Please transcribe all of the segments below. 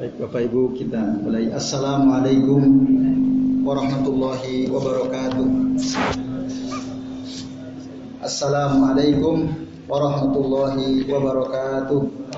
Baik Bapak Ibu, kita mulai. Assalamualaikum warahmatullahi wabarakatuh. Assalamualaikum warahmatullahi wabarakatuh.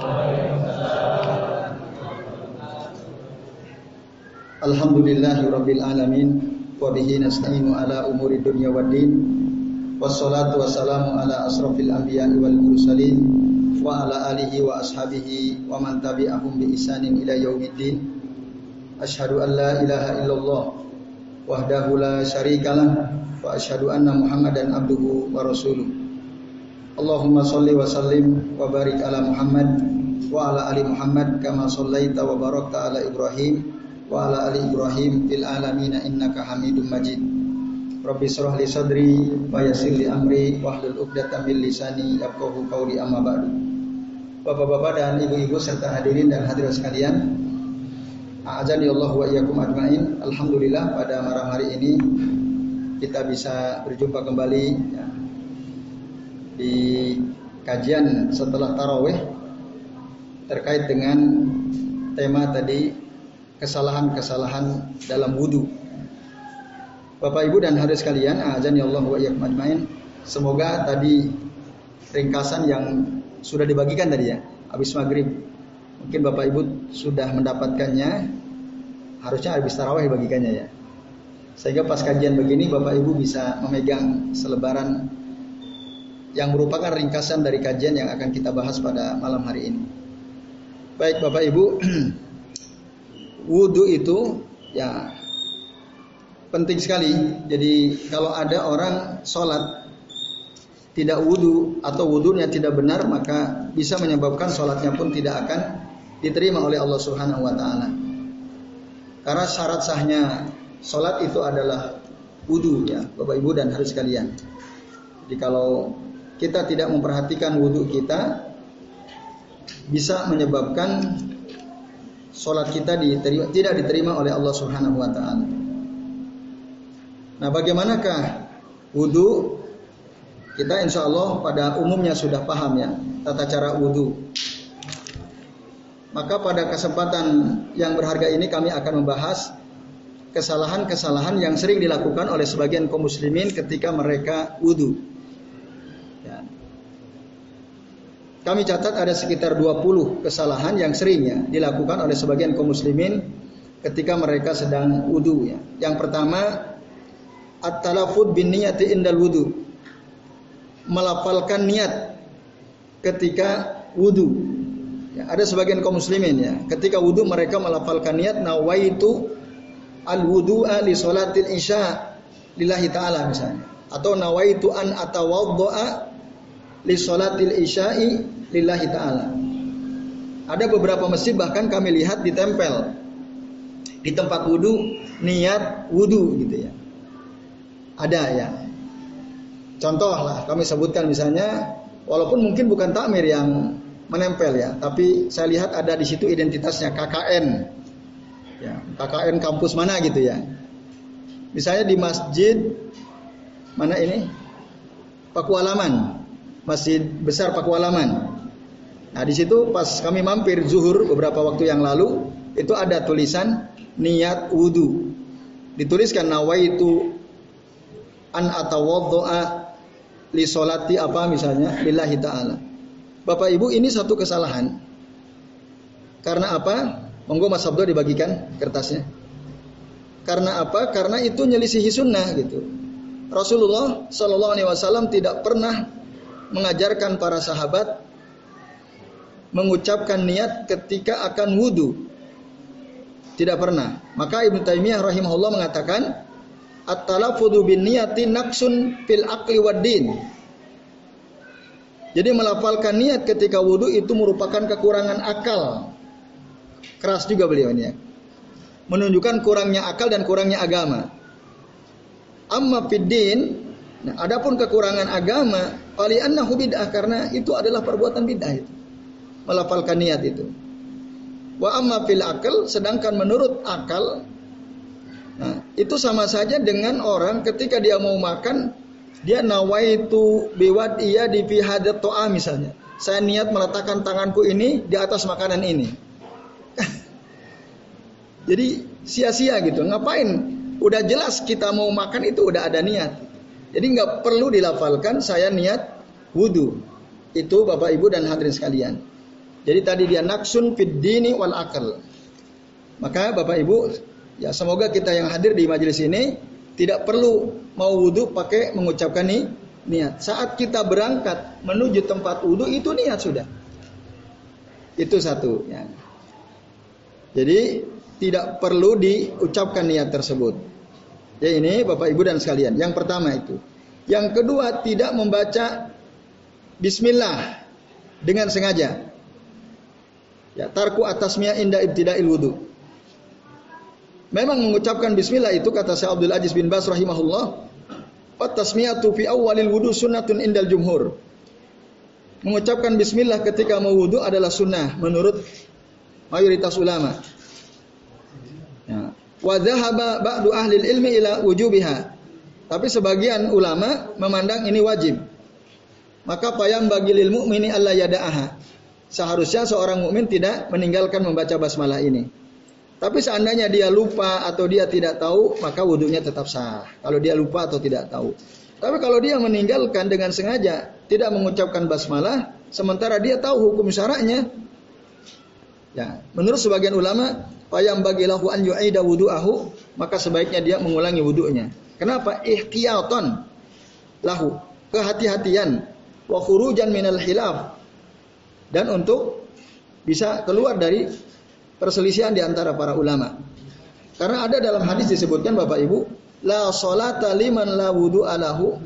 Alhamdulillahirabbil alamin wa bihi nasta'inu ala umuri dunya waddin. Wassalatu wassalamu ala asrofil anbiya'i wal mursalin wa ala alihi wa ashabihi wa man tabi'ahum bi ihsanin ila yaumiddin. Asyhadu an la ilaha illallah wahdahu la syarikalah wa asyhadu anna Muhammadan abduhu wa rasuluh. Allahumma shalli wa sallim wa barik ala Muhammad wa ala ali Muhammad kama shallaita wa barakta ala Ibrahim wa ala ali Ibrahim fil alamin innaka Hamidum Majid. Rabbi shrah li sadri wa yassir li amri wahlul 'uqdatam min lisani yafqahu qawli amma ba'du. Bapak-bapak dan ibu-ibu serta hadirin dan hadirat sekalian, a'azani Allah wa iyyakum ajmain. Alhamdulillah pada malam hari ini kita bisa berjumpa kembali ya, di kajian setelah tarawih terkait dengan tema tadi, kesalahan-kesalahan dalam wudu. Bapak Ibu dan hadirin sekalian, a'azani Allah wa iyyakum ajmain. Semoga tadi ringkasan yang sudah dibagikan tadi ya, habis maghrib. Mungkin Bapak Ibu sudah mendapatkannya, harusnya habis tarawih bagikannya ya. Sehingga pas kajian begini Bapak Ibu bisa memegang selebaran yang merupakan ringkasan dari kajian yang akan kita bahas pada malam hari ini. Baik Bapak Ibu, wudu itu ya penting sekali. Jadi kalau ada orang sholat tidak wudu atau wudunya tidak benar, maka bisa menyebabkan sholatnya pun tidak akan diterima oleh Allah Subhanahu wa Ta'ala. Karena syarat sahnya sholat itu adalah wudu ya Bapak Ibu dan hadirin sekalian. Jadi kalau kita tidak memperhatikan wudu kita, bisa menyebabkan sholat kita tidak diterima oleh Allah Subhanahu wa Ta'ala. Nah, bagaimanakah wudu? Kita insya Allah pada umumnya sudah paham ya tata cara wudu. Maka pada kesempatan yang berharga ini kami akan membahas kesalahan-kesalahan yang sering dilakukan oleh sebagian kaum muslimin ketika mereka wudu. Ya. Kami catat ada sekitar 20 kesalahan yang sering ya dilakukan oleh sebagian kaum muslimin ketika mereka sedang wudu ya. Yang pertama, at-talaffuz bin niyati indal wudu. Melafalkan niat ketika wudu. Ya, ada sebagian kaum muslimin ya, ketika wudu mereka melafalkan niat nawaitu al-wudu'a li sholatil isya lillahi ta'ala misalnya, atau nawaitu an atawaddo'a li sholatil isya'i lillahi ta'ala. Ada beberapa masjid bahkan kami lihat ditempel di tempat wudu niat wudu gitu ya. Ada ya. Contoh lah kami sebutkan misalnya, walaupun mungkin bukan takmir yang menempel ya, tapi saya lihat ada di situ identitasnya KKN, ya, KKN kampus mana gitu ya. Misalnya di masjid mana ini, Pakualaman, Masjid Besar Pakualaman. Nah di situ pas kami mampir zuhur beberapa waktu yang lalu, itu ada tulisan niat wudu, dituliskan nawaitu an atawaddo'a li sholati apa misalnya lillahi ta'ala. Bapak Ibu, ini satu kesalahan. Karena apa? Monggo Mas Abdul dibagikan kertasnya. Karena apa? Karena itu nyelisihi sunnah gitu. Rasulullah Shallallahu Alaihi Wasallam tidak pernah mengajarkan para sahabat mengucapkan niat ketika akan wudu. Tidak pernah. Maka Ibnu Taimiyah rahimahullah mengatakan, at-talaffuzu bin niyati naqsun fil aqli wad din. Jadi melafalkan niat ketika wudu itu merupakan kekurangan akal. Keras juga beliau ini ya. Menunjukkan kurangnya akal dan kurangnya agama. Amma fid din, nah adapun kekurangan agama, fali annahu bid'ah, karena itu adalah perbuatan bid'ah itu. Melafalkan niat itu. Wa amma fil aql, sedangkan menurut akal, nah, itu sama saja dengan orang ketika dia mau makan, dia nawaitu biwad iya di fi hadat to'ah misalnya. Saya niat meletakkan tanganku ini di atas makanan ini. Jadi sia-sia gitu. Ngapain? Udah jelas kita mau makan itu udah ada niat. Jadi nggak perlu dilafalkan saya niat wudu. Itu Bapak Ibu dan hadirin sekalian. Jadi tadi dia naksun fid dini wal akal. Maka Bapak Ibu, ya semoga kita yang hadir di majelis ini tidak perlu mau wudu pakai mengucapkan niat. Saat kita berangkat menuju tempat wudu itu niat sudah. Itu satu. Ya. Jadi tidak perlu diucapkan niat tersebut. Ya ini Bapak Ibu dan sekalian. Yang pertama itu. Yang kedua tidak membaca Bismillah dengan sengaja. Ya, tarku atasmiyah inda ibtida'il wudu. Memang mengucapkan Bismillah itu kata Syekh Abdul Aziz bin Baz rahimahullah, at-tasmiyatu fi awwalil wudu sunnatun indal jumhur. Mengucapkan Bismillah ketika mau wudu adalah sunnah menurut mayoritas ulama. Ya. Wa dhahaba ba'du ahli ilmi ila wujubiha. Tapi sebagian ulama memandang ini wajib. Maka payam bagi lil mu'mini alla yada'aha. Seharusnya seorang mukmin tidak meninggalkan membaca basmalah ini. Tapi seandainya dia lupa atau dia tidak tahu, maka wudunya tetap sah. Kalau dia lupa atau tidak tahu. Tapi kalau dia meninggalkan dengan sengaja tidak mengucapkan basmalah, sementara dia tahu hukum syara'nya, ya, menurut sebagian ulama, payam bagilahu an yu'ida wudu'ahu, maka sebaiknya dia mengulangi wudu'nya. Kenapa? Ihtiyatan lahu, kehati-hatian, wa khurujan minal khilaf, dan untuk bisa keluar dari perselisihan di antara para ulama. Karena ada dalam hadis disebutkan Bapak Ibu, la sholata liman la wudu'a lahu.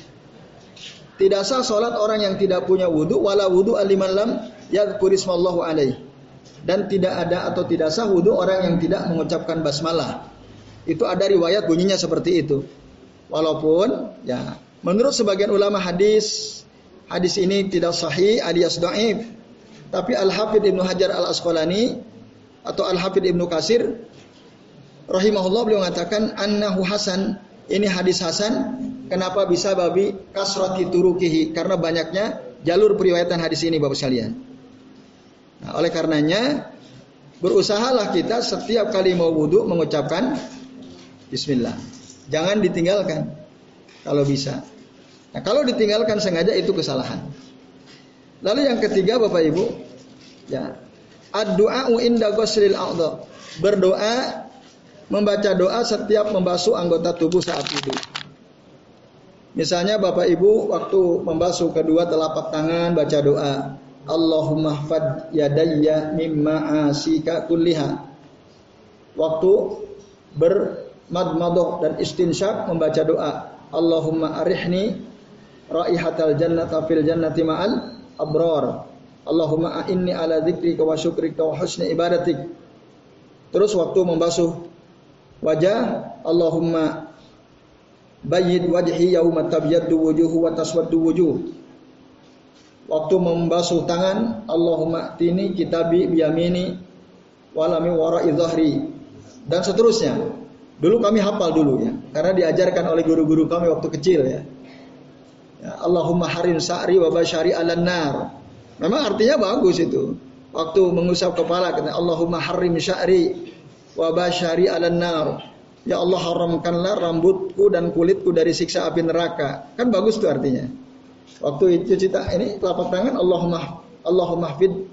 Tidak sah salat orang yang tidak punya wudu, wala wudu'a liman lam yadhkurismallahu alaihi. Dan tidak ada atau tidak sah wudu orang yang tidak mengucapkan basmalah. Itu ada riwayat bunyinya seperti itu. Walaupun ya menurut sebagian ulama hadis ini tidak sahih alias dhaif. Tapi Al-Hafidz Ibnu Hajar Al-Asqalani atau Al-Hafidz Ibnu Katsir rahimahullah beliau mengatakan annahu hasan. Ini hadis hasan. Kenapa bisa babi kasrati turukihi? Karena banyaknya jalur periwayatan hadis ini Bapak sekalian. Nah, oleh karenanya berusahalah kita setiap kali mau wudu mengucapkan Bismillah. Jangan ditinggalkan kalau bisa. Nah, kalau ditinggalkan sengaja itu kesalahan. Lalu yang ketiga Bapak Ibu, ya, ad-du'a'u inda ghuslil a'dha. Berdoa, membaca doa setiap membasuh anggota tubuh saat wudu. Misalnya Bapak Ibu waktu membasuh kedua telapak tangan baca doa, Allahumma hfad yadayya mimma asika kulliha. Waktu bermadmadah dan istinsyak membaca doa, Allahumma arihni raihatal jannata fil jannati ma'al abrar. Allahumma a'inni ala dzikrika wa syukrika wa husni ibadatik. Terus waktu membasuh wajah, Allahumma bayyid wajhi yauma tabyaddu wujuhu wa taswaddu wujuh. Waktu membasuh tangan, Allahumma tini kitabi biyamini walami wara'i dhahri, dan seterusnya. Dulu kami hafal dulu ya, karena diajarkan oleh guru-guru kami waktu kecil ya. Allahumma harim sa'ri wa basyari 'alan nar. Memang artinya bagus itu. Waktu mengusap kepala kata Allahumma harim sya'ri wa basyari 'alan nar. Ya Allah haramkanlah rambutku dan kulitku dari siksa api neraka. Kan bagus tuh artinya. Waktu itu cita ini telapak tangan Allahumma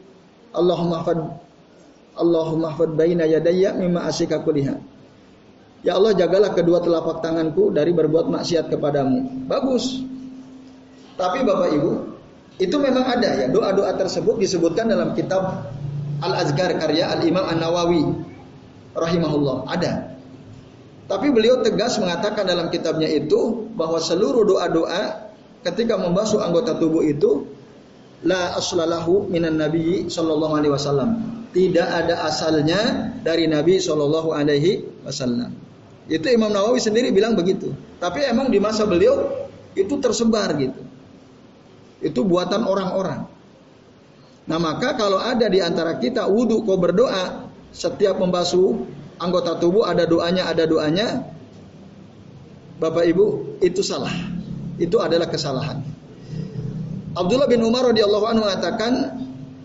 hafid baina yadayya mimma asika kulliha. Ya Allah jagalah kedua telapak tanganku dari berbuat maksiat kepadamu. Bagus. Tapi Bapak Ibu, itu memang ada ya doa-doa tersebut disebutkan dalam kitab Al-Azkar karya Al-Imam An-Nawawi rahimahullah, ada. Tapi beliau tegas mengatakan dalam kitabnya itu bahwa seluruh doa-doa ketika membasuh anggota tubuh itu la aslalahu minan nabiyyi sallallahu alaihi wasallam. Tidak ada asalnya dari Nabi sallallahu alaihi wasallam. Itu Imam Nawawi sendiri bilang begitu. Tapi emang di masa beliau itu tersebar gitu. Itu buatan orang-orang. Nah, maka kalau ada di antara kita wudu kok berdoa setiap membasuh anggota tubuh ada doanya, Bapak Ibu, itu salah. Itu adalah kesalahan. Abdullah bin Umar radhiyallahu anhu mengatakan,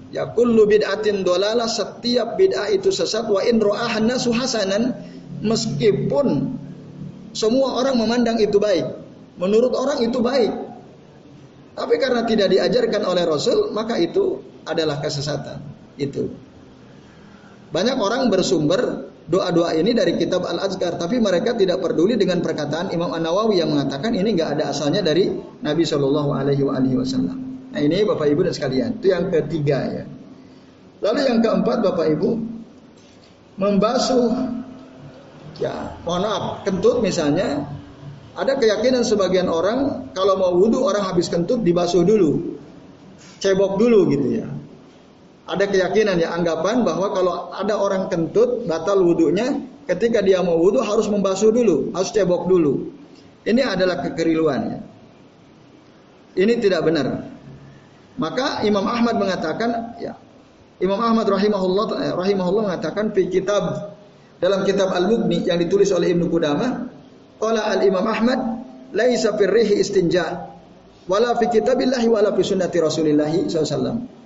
Ya kullu bid'atin dolalah, setiap bid'ah itu sesat. Wa in ra'ahan nasu hasanan, meskipun semua orang memandang itu baik, menurut orang itu baik, tapi karena tidak diajarkan oleh Rasul, maka itu adalah kesesatan. Itu. Banyak orang bersumber doa-doa ini dari kitab Al-Azkar, tapi mereka tidak peduli dengan perkataan Imam An-Nawawi yang mengatakan ini nggak ada asalnya dari Nabi Shallallahu Alaihi Wasallam. Nah ini Bapak Ibu dan sekalian, itu yang ketiga ya. Lalu yang keempat Bapak Ibu, membasuh, ya mohon maaf, kentut misalnya. Ada keyakinan sebagian orang kalau mau wudhu orang habis kentut dibasuh dulu, cebok dulu gitu ya. Ada keyakinan ya, anggapan bahwa kalau ada orang kentut batal wudhunya, ketika dia mau wudhu harus membasuh dulu, harus cebok dulu. Ini adalah kekeliruan ya. Ini tidak benar. Maka Imam Ahmad mengatakan ya, Imam Ahmad rahimahullah mengatakan di kitab, dalam kitab Al-Mughni yang ditulis oleh Ibnu Qudamah, qala al-Imam Ahmad laisa fir rihi istinja wala fi kitabillahi wala fi sunnati Rasulillah SAW.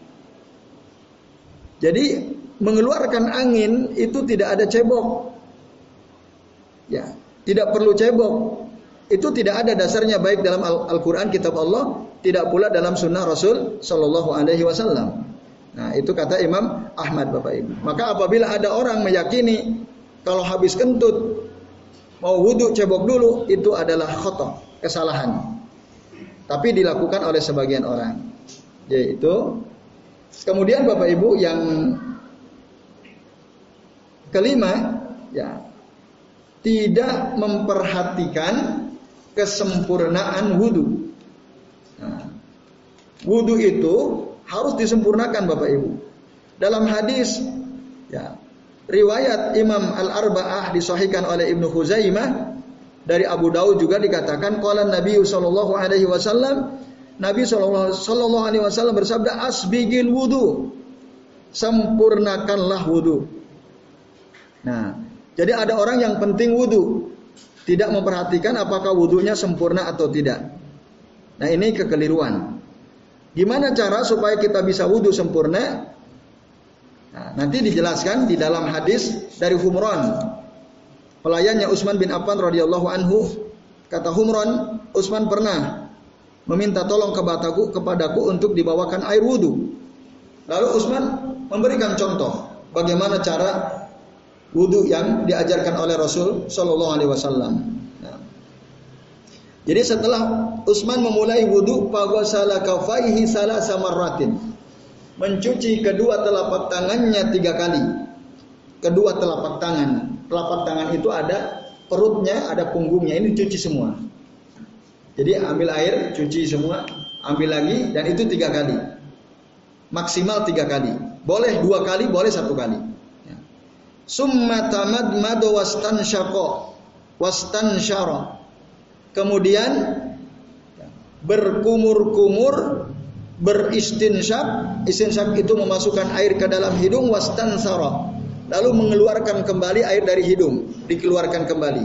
Jadi mengeluarkan angin itu tidak ada cebok. Ya, tidak perlu cebok. Itu tidak ada dasarnya baik dalam Al-Qur'an kitab Allah, tidak pula dalam sunnah Rasul sallallahu alaihi wasallam. Nah, itu kata Imam Ahmad Bapak Ibu. Maka apabila ada orang meyakini kalau habis kentut mau wudhu cebok dulu, itu adalah khata, kesalahan. Tapi dilakukan oleh sebagian orang. Yaitu kemudian Bapak Ibu yang kelima ya, tidak memperhatikan kesempurnaan wudhu. Nah, wudhu itu harus disempurnakan Bapak Ibu. Dalam hadis ya, riwayat Imam Al-Arba'ah disahihkan oleh Ibnu Khuzaimah, dari Abu Daud juga dikatakan qala Nabi sallallahu alaihi wasallam, Nabi sallallahu alaihi wasallam bersabda, asbigil wudu, sempurnakanlah wudu. Nah, jadi ada orang yang penting wudu, tidak memperhatikan apakah wudunya sempurna atau tidak. Nah, ini kekeliruan. Gimana cara supaya kita bisa wudu sempurna? Nah, nanti dijelaskan di dalam hadis dari Humran, pelayannya Utsman bin Affan radhiyallahu anhu. Kata Humran, Utsman pernah meminta tolong kepadaku untuk dibawakan air wudu. Lalu Utsman memberikan contoh bagaimana cara wudu yang diajarkan oleh Rasul Shallallahu Alaihi Wasallam. Nah, jadi setelah Utsman memulai wudu, faghasala kaffaihi salasa marratin, mencuci kedua telapak tangannya 3 kali. Kedua telapak tangan itu ada perutnya, ada punggungnya, ini cuci semua. Jadi ambil air, cuci semua, ambil lagi, dan itu 3 kali. Maksimal 3 kali. Boleh 2 kali, boleh 1 kali. Summa tamadmadu wastansyara. Kemudian berkumur-kumur, beristinsyak. Istinsyak itu memasukkan air ke dalam hidung, wastansara. Lalu mengeluarkan kembali air dari hidung, dikeluarkan kembali.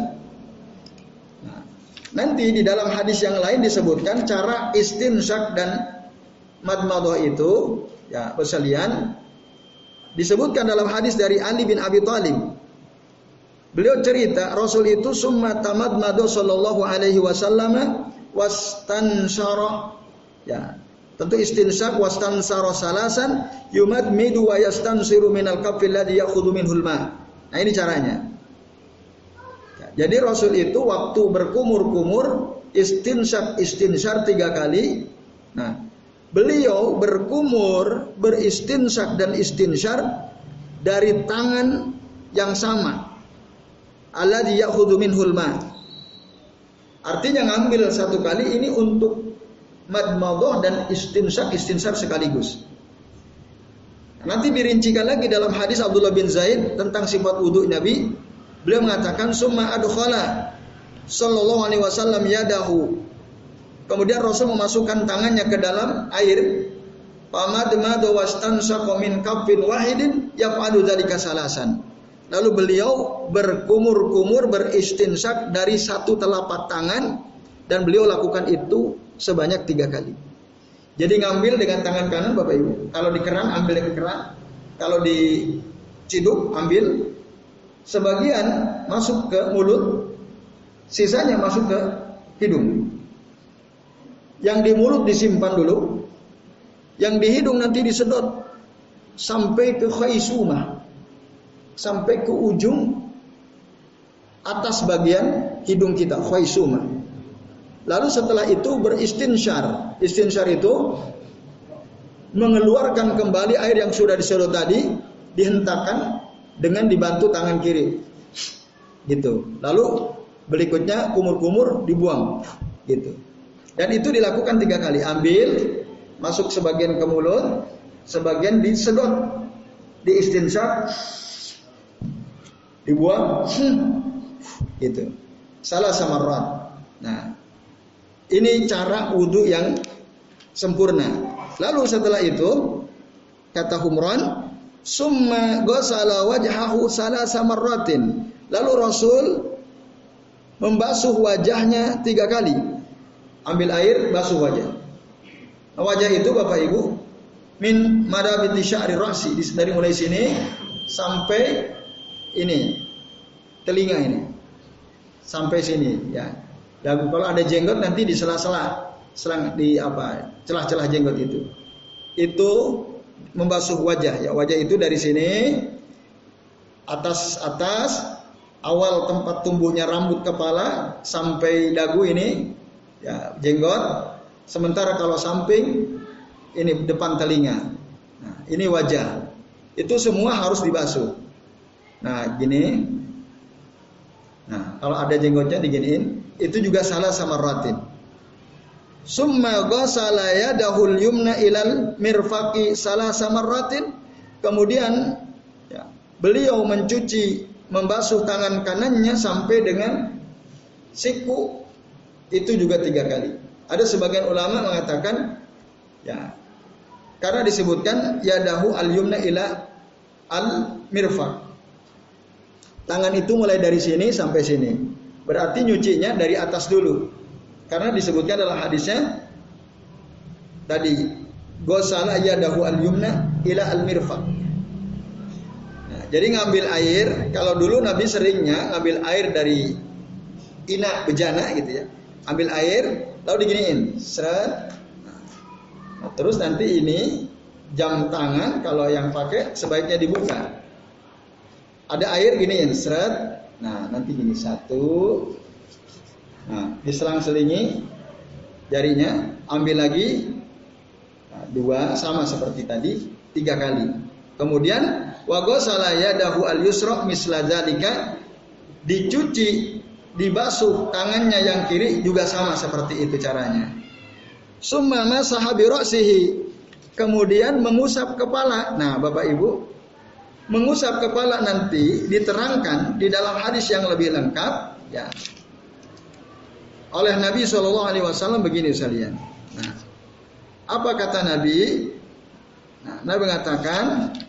Nanti di dalam hadis yang lain disebutkan cara istinsyak dan madmadah itu ya berselian. Disebutkan dalam hadis dari Ali bin Abi Thalib. Beliau cerita Rasul itu summa tamadmadu sallallahu alaihi wasallam wastansyara. Ya, tentu istinsyak wastansara salasan yumadmidu wa yastansiru minal kaffil ladzi ya'khudhu minhul ma. Nah, ini caranya. Jadi Rasul itu waktu berkumur-kumur istinsyar 3 kali. Nah, beliau berkumur, beristinsyak dan istinsyar dari tangan yang sama. Alladzi ya'khudhu minhul ma. Artinya ngambil 1 kali ini untuk madmadah dan istinsyak sekaligus. Nanti dirincikan lagi dalam hadis Abdullah bin Zaid tentang sifat wudu Nabi. Beliau mengatakan summa adkhala sallallahu alaihi wasallam yadahu. Kemudian Rasul memasukkan tangannya ke dalam air. Famadmadu wastansaqa min kaffin wahidin yaf'alu dzalika salasan. Lalu beliau berkumur-kumur, beristinsyak dari 1 telapak tangan, dan beliau lakukan itu sebanyak 3 kali. Jadi ngambil dengan tangan kanan Bapak Ibu. Kalau di keran ambil dengan keran. Kalau di ciduk ambil. Sebagian masuk ke mulut. Sisanya masuk ke hidung. Yang di mulut disimpan dulu. Yang di hidung nanti disedot. Sampai ke khaisumah. Sampai ke ujung atas bagian hidung kita. Khaisumah. Lalu setelah itu beristinsyar. Istinsyar itu mengeluarkan kembali air yang sudah disedot tadi, dihentakkan dengan dibantu tangan kiri. Gitu. Lalu berikutnya kumur-kumur dibuang. Gitu. Dan itu dilakukan 3 kali. Ambil, masuk sebagian ke mulut, sebagian disedot, diistinsyar, dibuang. Gitu. Salah samarrat. Nah, ini cara wudu yang sempurna. Lalu setelah itu kata Humran, summa ghasala wajhahu salasa marratin. Lalu Rasul membasuh wajahnya 3 kali. Ambil air, basuh wajah. Wajah itu Bapak Ibu min madabiti sya'ri ra'si, dari mulai sini sampai ini telinga ini. Sampai sini ya. Dan kalau ada jenggot nanti di sela-sela, di celah-celah jenggot itu. Itu membasuh wajah. Ya, wajah itu dari sini atas awal tempat tumbuhnya rambut kepala sampai dagu ini ya jenggot. Sementara kalau samping ini depan telinga. Nah, ini wajah. Itu semua harus dibasuh. Nah, gini. Nah, kalau ada jenggotnya diginiin. Itu juga salah sama ratin. Summa ghasala yadahul yumna ilal mirfaqi salah sama ratin. Kemudian ya, beliau membasuh tangan kanannya sampai dengan siku. Itu juga 3 kali. Ada sebagian ulama mengatakan ya, karena disebutkan yadahu al yumna ila al mirfaq. Tangan itu mulai dari sini sampai sini. Berarti nyucinya dari atas dulu. Karena disebutkan dalam hadisnya tadi ghasala yadahu al-yumna ila al-mirfaq. Nah, jadi ngambil air, kalau dulu Nabi seringnya ngambil air dari ina bejana gitu ya. Ambil air lalu diginiin, seret. Nah, terus nanti ini jam tangan kalau yang pakai sebaiknya dibuka. Ada air giniin, seret. Nah, nanti gini 1. Nah, diselang-selingi jarinya, ambil lagi. Nah, 2 sama seperti tadi, 3 kali. Kemudian wa ghasala yadahu al-yusra misla dzalika, dicuci, dibasuh tangannya yang kiri juga sama seperti itu caranya. Summa masaha bi ra'sihi, kemudian mengusap kepala. Nah, Bapak Ibu, mengusap kepala nanti diterangkan di dalam hadis yang lebih lengkap ya. Oleh Nabi SAW begini sekalian. Nah, apa kata Nabi? Nah, Nabi mengatakan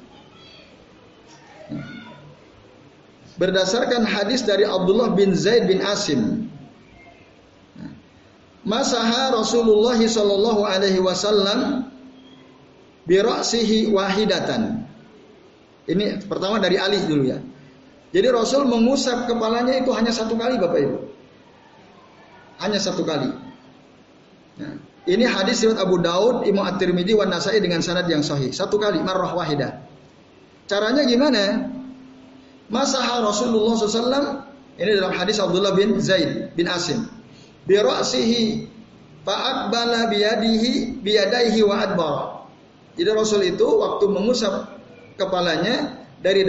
berdasarkan hadis dari Abdullah bin Zaid bin Asim. Nah, masaha Rasulullah SAW bi ra'sihi wahidatan. Ini pertama dari Ali dulu ya. Jadi Rasul mengusap kepalanya itu hanya 1 kali Bapak Ibu. Hanya 1 kali. Nah, ini hadis riwayat Abu Daud, Imam At-Tirmidzi, wan Nasa'i dengan sanad yang sahih. 1 kali, marrah wahidah. Caranya gimana? Masaha Rasulullah SAW, ini dalam hadis Abdullah bin Zaid bin Asim. Bi ra'sihi fa'aqbala biyadaihi wa adbara. Jadi Rasul itu waktu mengusap kepalanya dari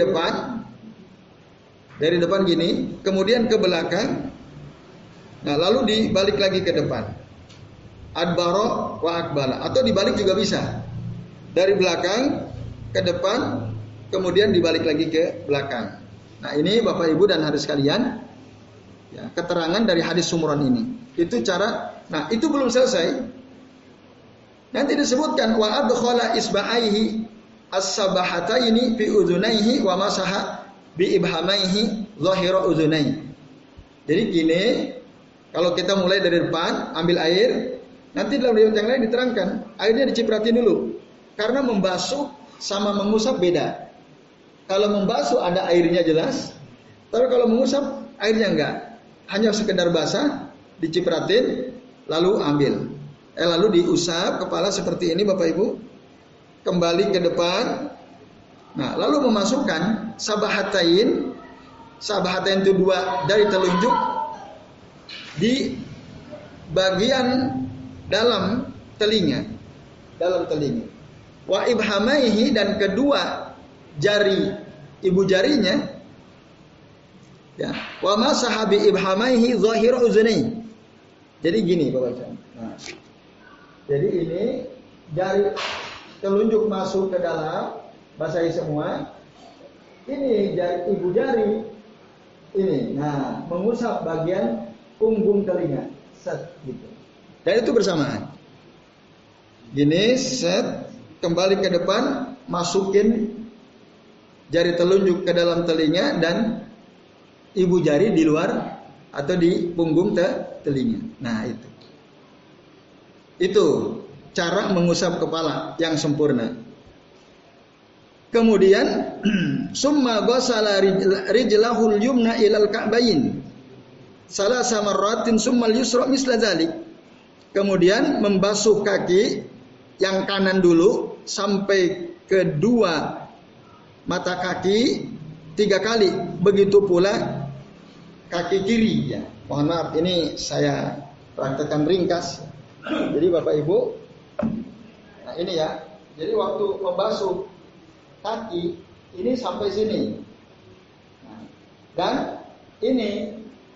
depan gini, kemudian ke belakang, nah lalu dibalik lagi ke depan, adbaro wa akbala, atau dibalik juga bisa, dari belakang ke depan, kemudian dibalik lagi ke belakang. Nah ini Bapak Ibu dan hadis sekalian, ya, keterangan dari hadis Sumron ini, itu cara. Nah itu belum selesai, nanti disebutkan wa adkhala isba'aihi as-sabahataini fi udhunaihi wa masaha bi ibhamaihi zahira udhunaihi. Jadi gini, kalau kita mulai dari depan, ambil air, Nanti dalam riwayat yang lain diterangkan, airnya dicipratin dulu. Karena membasuh sama mengusap beda. Kalau membasuh ada airnya jelas, tapi kalau mengusap airnya enggak. Hanya sekedar basah, dicipratin, lalu ambil. Lalu diusap kepala seperti ini Bapak Ibu. Kembali ke depan. Nah, lalu memasukkan sabahatain itu 2 dari telunjuk di bagian dalam telinga. Wa ibhamaihi, dan kedua jari ibu jarinya, ya. Wa masahabi ibhamaihi zahira uzunai. Jadi gini Bapak Ibu. Nah, jadi ini jari telunjuk masuk ke dalam, basahi semua. Ini jari ibu jari ini. Nah, mengusap bagian punggung telinga. Set gitu. Dan itu bersamaan. Gini, set, kembali ke depan, masukin jari telunjuk ke dalam telinga dan ibu jari di luar atau di punggung telinga. Nah, itu cara mengusap kepala yang sempurna. Kemudian summa ghasala rijlahul yumna ilal ka'bayn salasa marratin summa al-yusra misla dzalik. Kemudian membasuh kaki yang kanan dulu sampai kedua mata kaki 3 kali. Begitu pula kaki kiri, ya. Mohon maaf, ini saya praktekkan ringkas. Jadi Bapak Ibu, nah ini ya. Jadi waktu membasuh kaki ini sampai sini. Nah, dan ini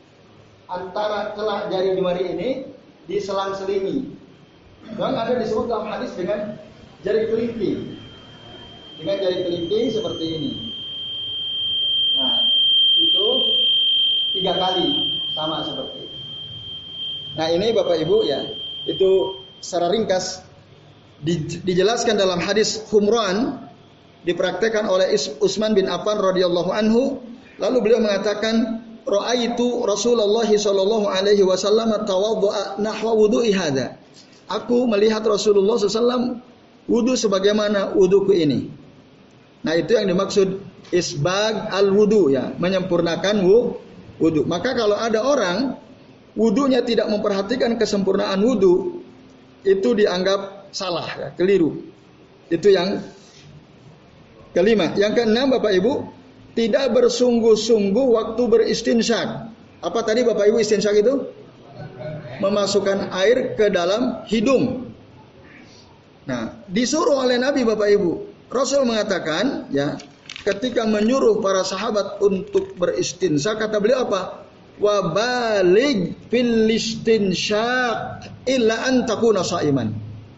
antara celah jari jemari ini diselang-selingi. Yang ada disebut dalam hadis dengan jari kelingking. Dengan jari kelingking seperti ini. Nah, itu 3 kali sama seperti itu. Nah, ini Bapak Ibu ya, itu secara ringkas dijelaskan dalam hadis Humran, dipraktekkan oleh Utsman bin Affan radhiyallahu anhu. Lalu beliau mengatakan, ra'aitu Rasulullah sallallahu alaihi wasallam tawaddu'a nahwa wudu'i hadza. Aku melihat Rasulullah SAW wudu sebagaimana wuduku ini. Nah, itu yang dimaksud isbag al-wudu, ya, menyempurnakan wudu. Maka kalau ada orang wudunya tidak memperhatikan kesempurnaan wudu, itu dianggap salah, ya, keliru. Itu yang kelima. Yang keenam Bapak Ibu, tidak bersungguh-sungguh waktu beristinsyak. Apa tadi Bapak Ibu istinsyak itu? Memasukkan air ke dalam hidung. Nah, disuruh oleh Nabi Bapak Ibu. Rasul mengatakan, ya, ketika menyuruh para sahabat untuk beristinsyak, kata beliau apa? Wa baligh fil istinsyak illa an takuna shaiman.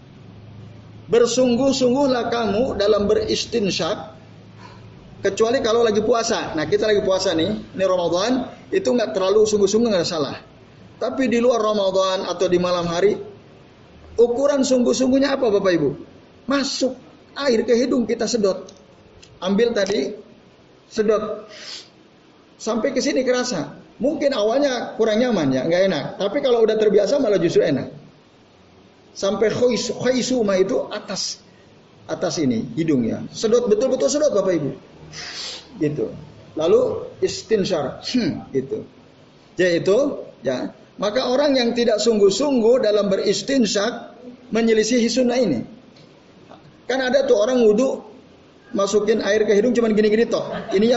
Bersungguh-sungguhlah kamu dalam beristinsyak kecuali kalau lagi puasa. Nah, kita lagi puasa nih, ini Ramadan, itu nggak terlalu sungguh-sungguh, nggak salah. Tapi di luar Ramadan atau di malam hari, ukuran sungguh-sungguhnya apa Bapak Ibu? Masuk air ke hidung, kita sedot. Ambil tadi, sedot. Sampai ke sini kerasa. Mungkin awalnya kurang nyaman, ya, nggak enak. Tapi kalau udah terbiasa malah justru enak. Sampai khaisuma itu atas ini hidung, ya. Sedot, betul-betul sedot Bapak Ibu. Gitu. Lalu istinsyar, gitu. Yaitu, ya. Maka orang yang tidak sungguh-sungguh dalam beristinsyak menyelisihi sunnah ini. Kan ada tuh orang wudu masukin air ke hidung cuman gini-gini toh.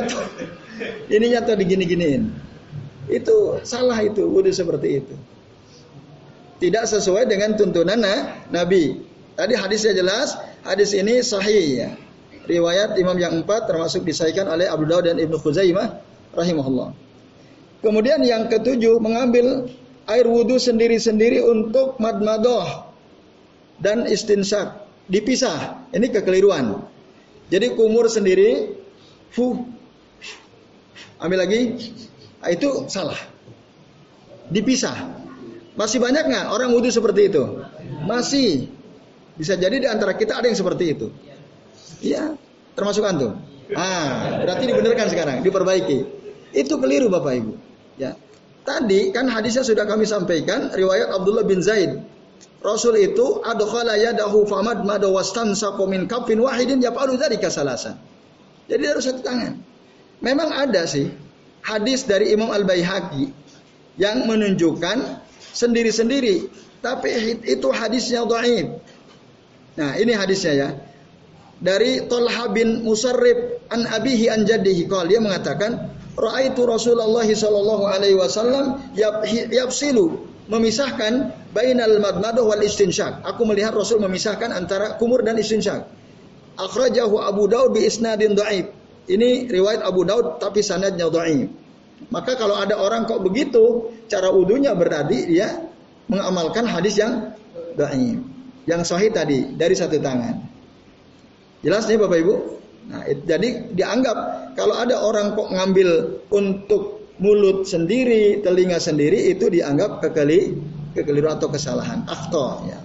Ininya tuh digini-giniin. Itu salah, itu wudu seperti itu. Tidak sesuai dengan tuntunan Nabi. Tadi hadisnya jelas, hadis ini sahih, ya. Riwayat Imam yang 4 termasuk disahihkan oleh Abu Dawud dan Ibnu Khuzaimah rahimahullah. Kemudian yang ketujuh, mengambil air wudu sendiri-sendiri untuk madmadah dan istinsyak. Dipisah. Ini kekeliruan. Jadi kumur sendiri, ambil lagi, itu salah. Dipisah. Masih banyak nggak orang wudu seperti itu? Masih. Bisa jadi di antara kita ada yang seperti itu. Iya, termasuk antum. Berarti dibenarkan sekarang, diperbaiki. Itu keliru Bapak Ibu. Ya. Tadi kan hadisnya sudah kami sampaikan, riwayat Abdullah bin Zaid Rasul itu adkhala yadahu famad mada wastansaqa min kafin wahidin yaf'alu dzalika salasan. Jadi harus satu tangan. Memang ada sih hadis dari Imam Al-Baihaqi yang menunjukkan sendiri-sendiri, tapi itu hadisnya dhaif. Nah, ini hadisnya ya. Dari Thalha bin Musarrib an abihi an jaddihi qala, dia mengatakan ra'aitu Rasulullah sallallahu alaihi wasallam yafsilu, memisahkan bainal madmadah wal istinsyaq. Aku melihat Rasul memisahkan antara kumur dan istinsyaq. Akhrajahu Abu Daud bi isnadin dhaif. Ini riwayat Abu Daud tapi sanadnya dhaif. Maka kalau ada orang kok begitu cara wudunya, berarti dia mengamalkan hadis yang dhaif. Yang sahih tadi dari satu tangan. Jelas nih Bapak Ibu? Nah, jadi dianggap kalau ada orang kok ngambil untuk mulut sendiri, telinga sendiri, itu dianggap kekeliruan atau kesalahan. Akhta ya.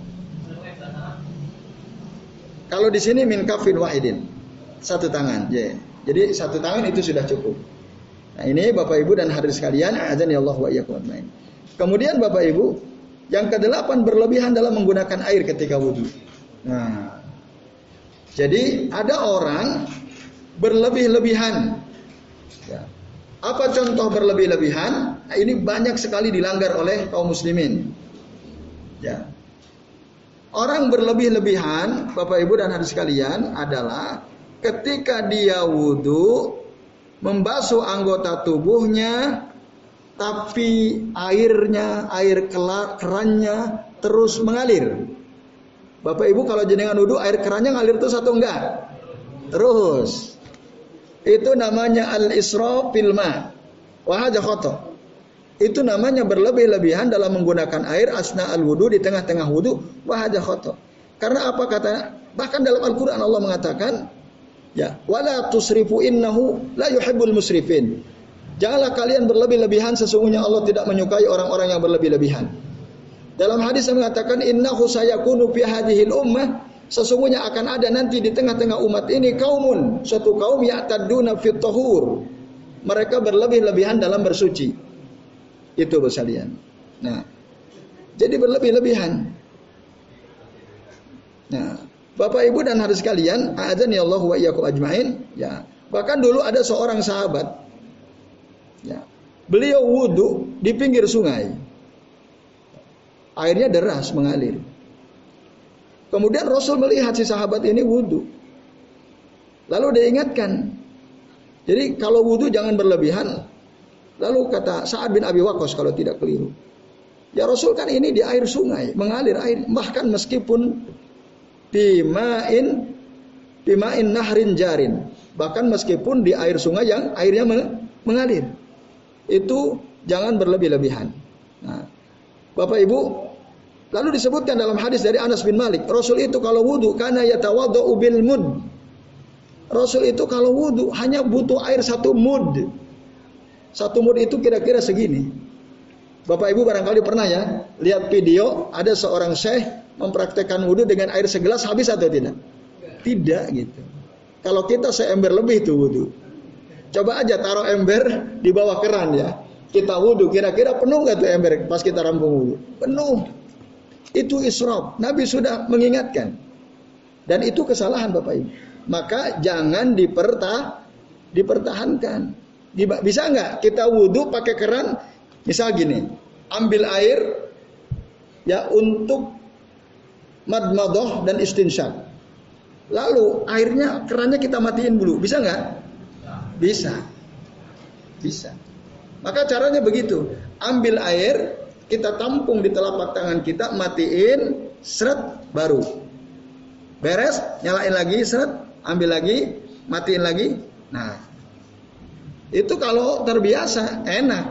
Kalau di sini min kafin wahidin, satu tangan. Ya. Jadi satu tangan itu sudah cukup. Nah, ini Bapak Ibu dan hadirin sekalian, azani Allah wa iyyakum ajmain. Kemudian Bapak Ibu, yang ke-8 berlebihan dalam menggunakan air ketika wudu. Nah, jadi ada orang berlebih-lebihan. Ya. Apa contoh berlebih-lebihan? Nah, ini banyak sekali dilanggar oleh kaum muslimin. Ya. Orang berlebih-lebihan, Bapak Ibu dan hadirin sekalian, adalah ketika dia wudu membasuh anggota tubuhnya, tapi air kerannya terus mengalir. Bapak Ibu kalau jenengan wudu, air kerannya ngalir terus atau enggak? Terus. Itu namanya al-israf fil ma. Wa hadza khata'. Itu namanya berlebih-lebihan dalam menggunakan air asna al-wudu, di tengah-tengah wudu. Wa hadza khata'. Karena apa kata? Bahkan dalam Al-Qur'an Allah mengatakan, ya, wala tusrifu innahu la yuhibbul musrifin. Janganlah kalian berlebih-lebihan, sesungguhnya Allah tidak menyukai orang-orang yang berlebih-lebihan. Dalam hadis yang mengatakan innahu sayakunu fi hadhil ummah, sesungguhnya akan ada nanti di tengah-tengah umat ini kaumun, suatu kaum ya'tadduna fit tahur. Mereka berlebih-lebihan dalam bersuci. Itu sekalian. Nah, jadi berlebih-lebihan. Nah, Bapak Ibu dan hadirin sekalian, a'adzani Allah wa iyyakum ajmain, ya. Bahkan dulu ada seorang sahabat, ya. Beliau wudu di pinggir sungai. Airnya deras mengalir. Kemudian Rasul melihat si sahabat ini wudu. Lalu dia ingatkan. Jadi kalau wudu jangan berlebihan. Lalu kata Sa'ad bin Abi Waqqas kalau tidak keliru. Ya Rasul, kan ini di air sungai, mengalir air. Bahkan meskipun Bima'in nahrin jarin. Bahkan meskipun di air sungai yang airnya mengalir. Itu jangan berlebih-lebihan. Nah, Bapak Ibu, lalu disebutkan dalam hadis dari Anas bin Malik, Rasul itu kalau wudu kana yatawaddau bil mud. Rasul itu kalau wudu hanya butuh air 1 mud. 1 mud itu kira-kira segini. Bapak Ibu barangkali pernah ya lihat video ada seorang syekh mempraktekkan wudu dengan air segelas, habis atau tidak? Tidak gitu. Kalau kita seember lebih itu wudu. Coba aja taruh ember di bawah keran ya. Kita wudu, kira-kira penuh gak tuh ember pas kita rampung wudu? Penuh. Itu israf. Nabi sudah mengingatkan. Dan itu kesalahan Bapak Ibu. Maka jangan dipertahankan. Bisa nggak kita wudu pakai keran? Misal gini, ambil air ya untuk madmadah dan istinsyaq. Lalu airnya, kerannya kita matiin dulu. Bisa nggak? Bisa. Bisa. Maka caranya begitu. Ambil air, kita tampung di telapak tangan kita, matiin, seret, baru. Beres, nyalain lagi, seret, ambil lagi, matiin lagi. Nah, itu kalau terbiasa, enak.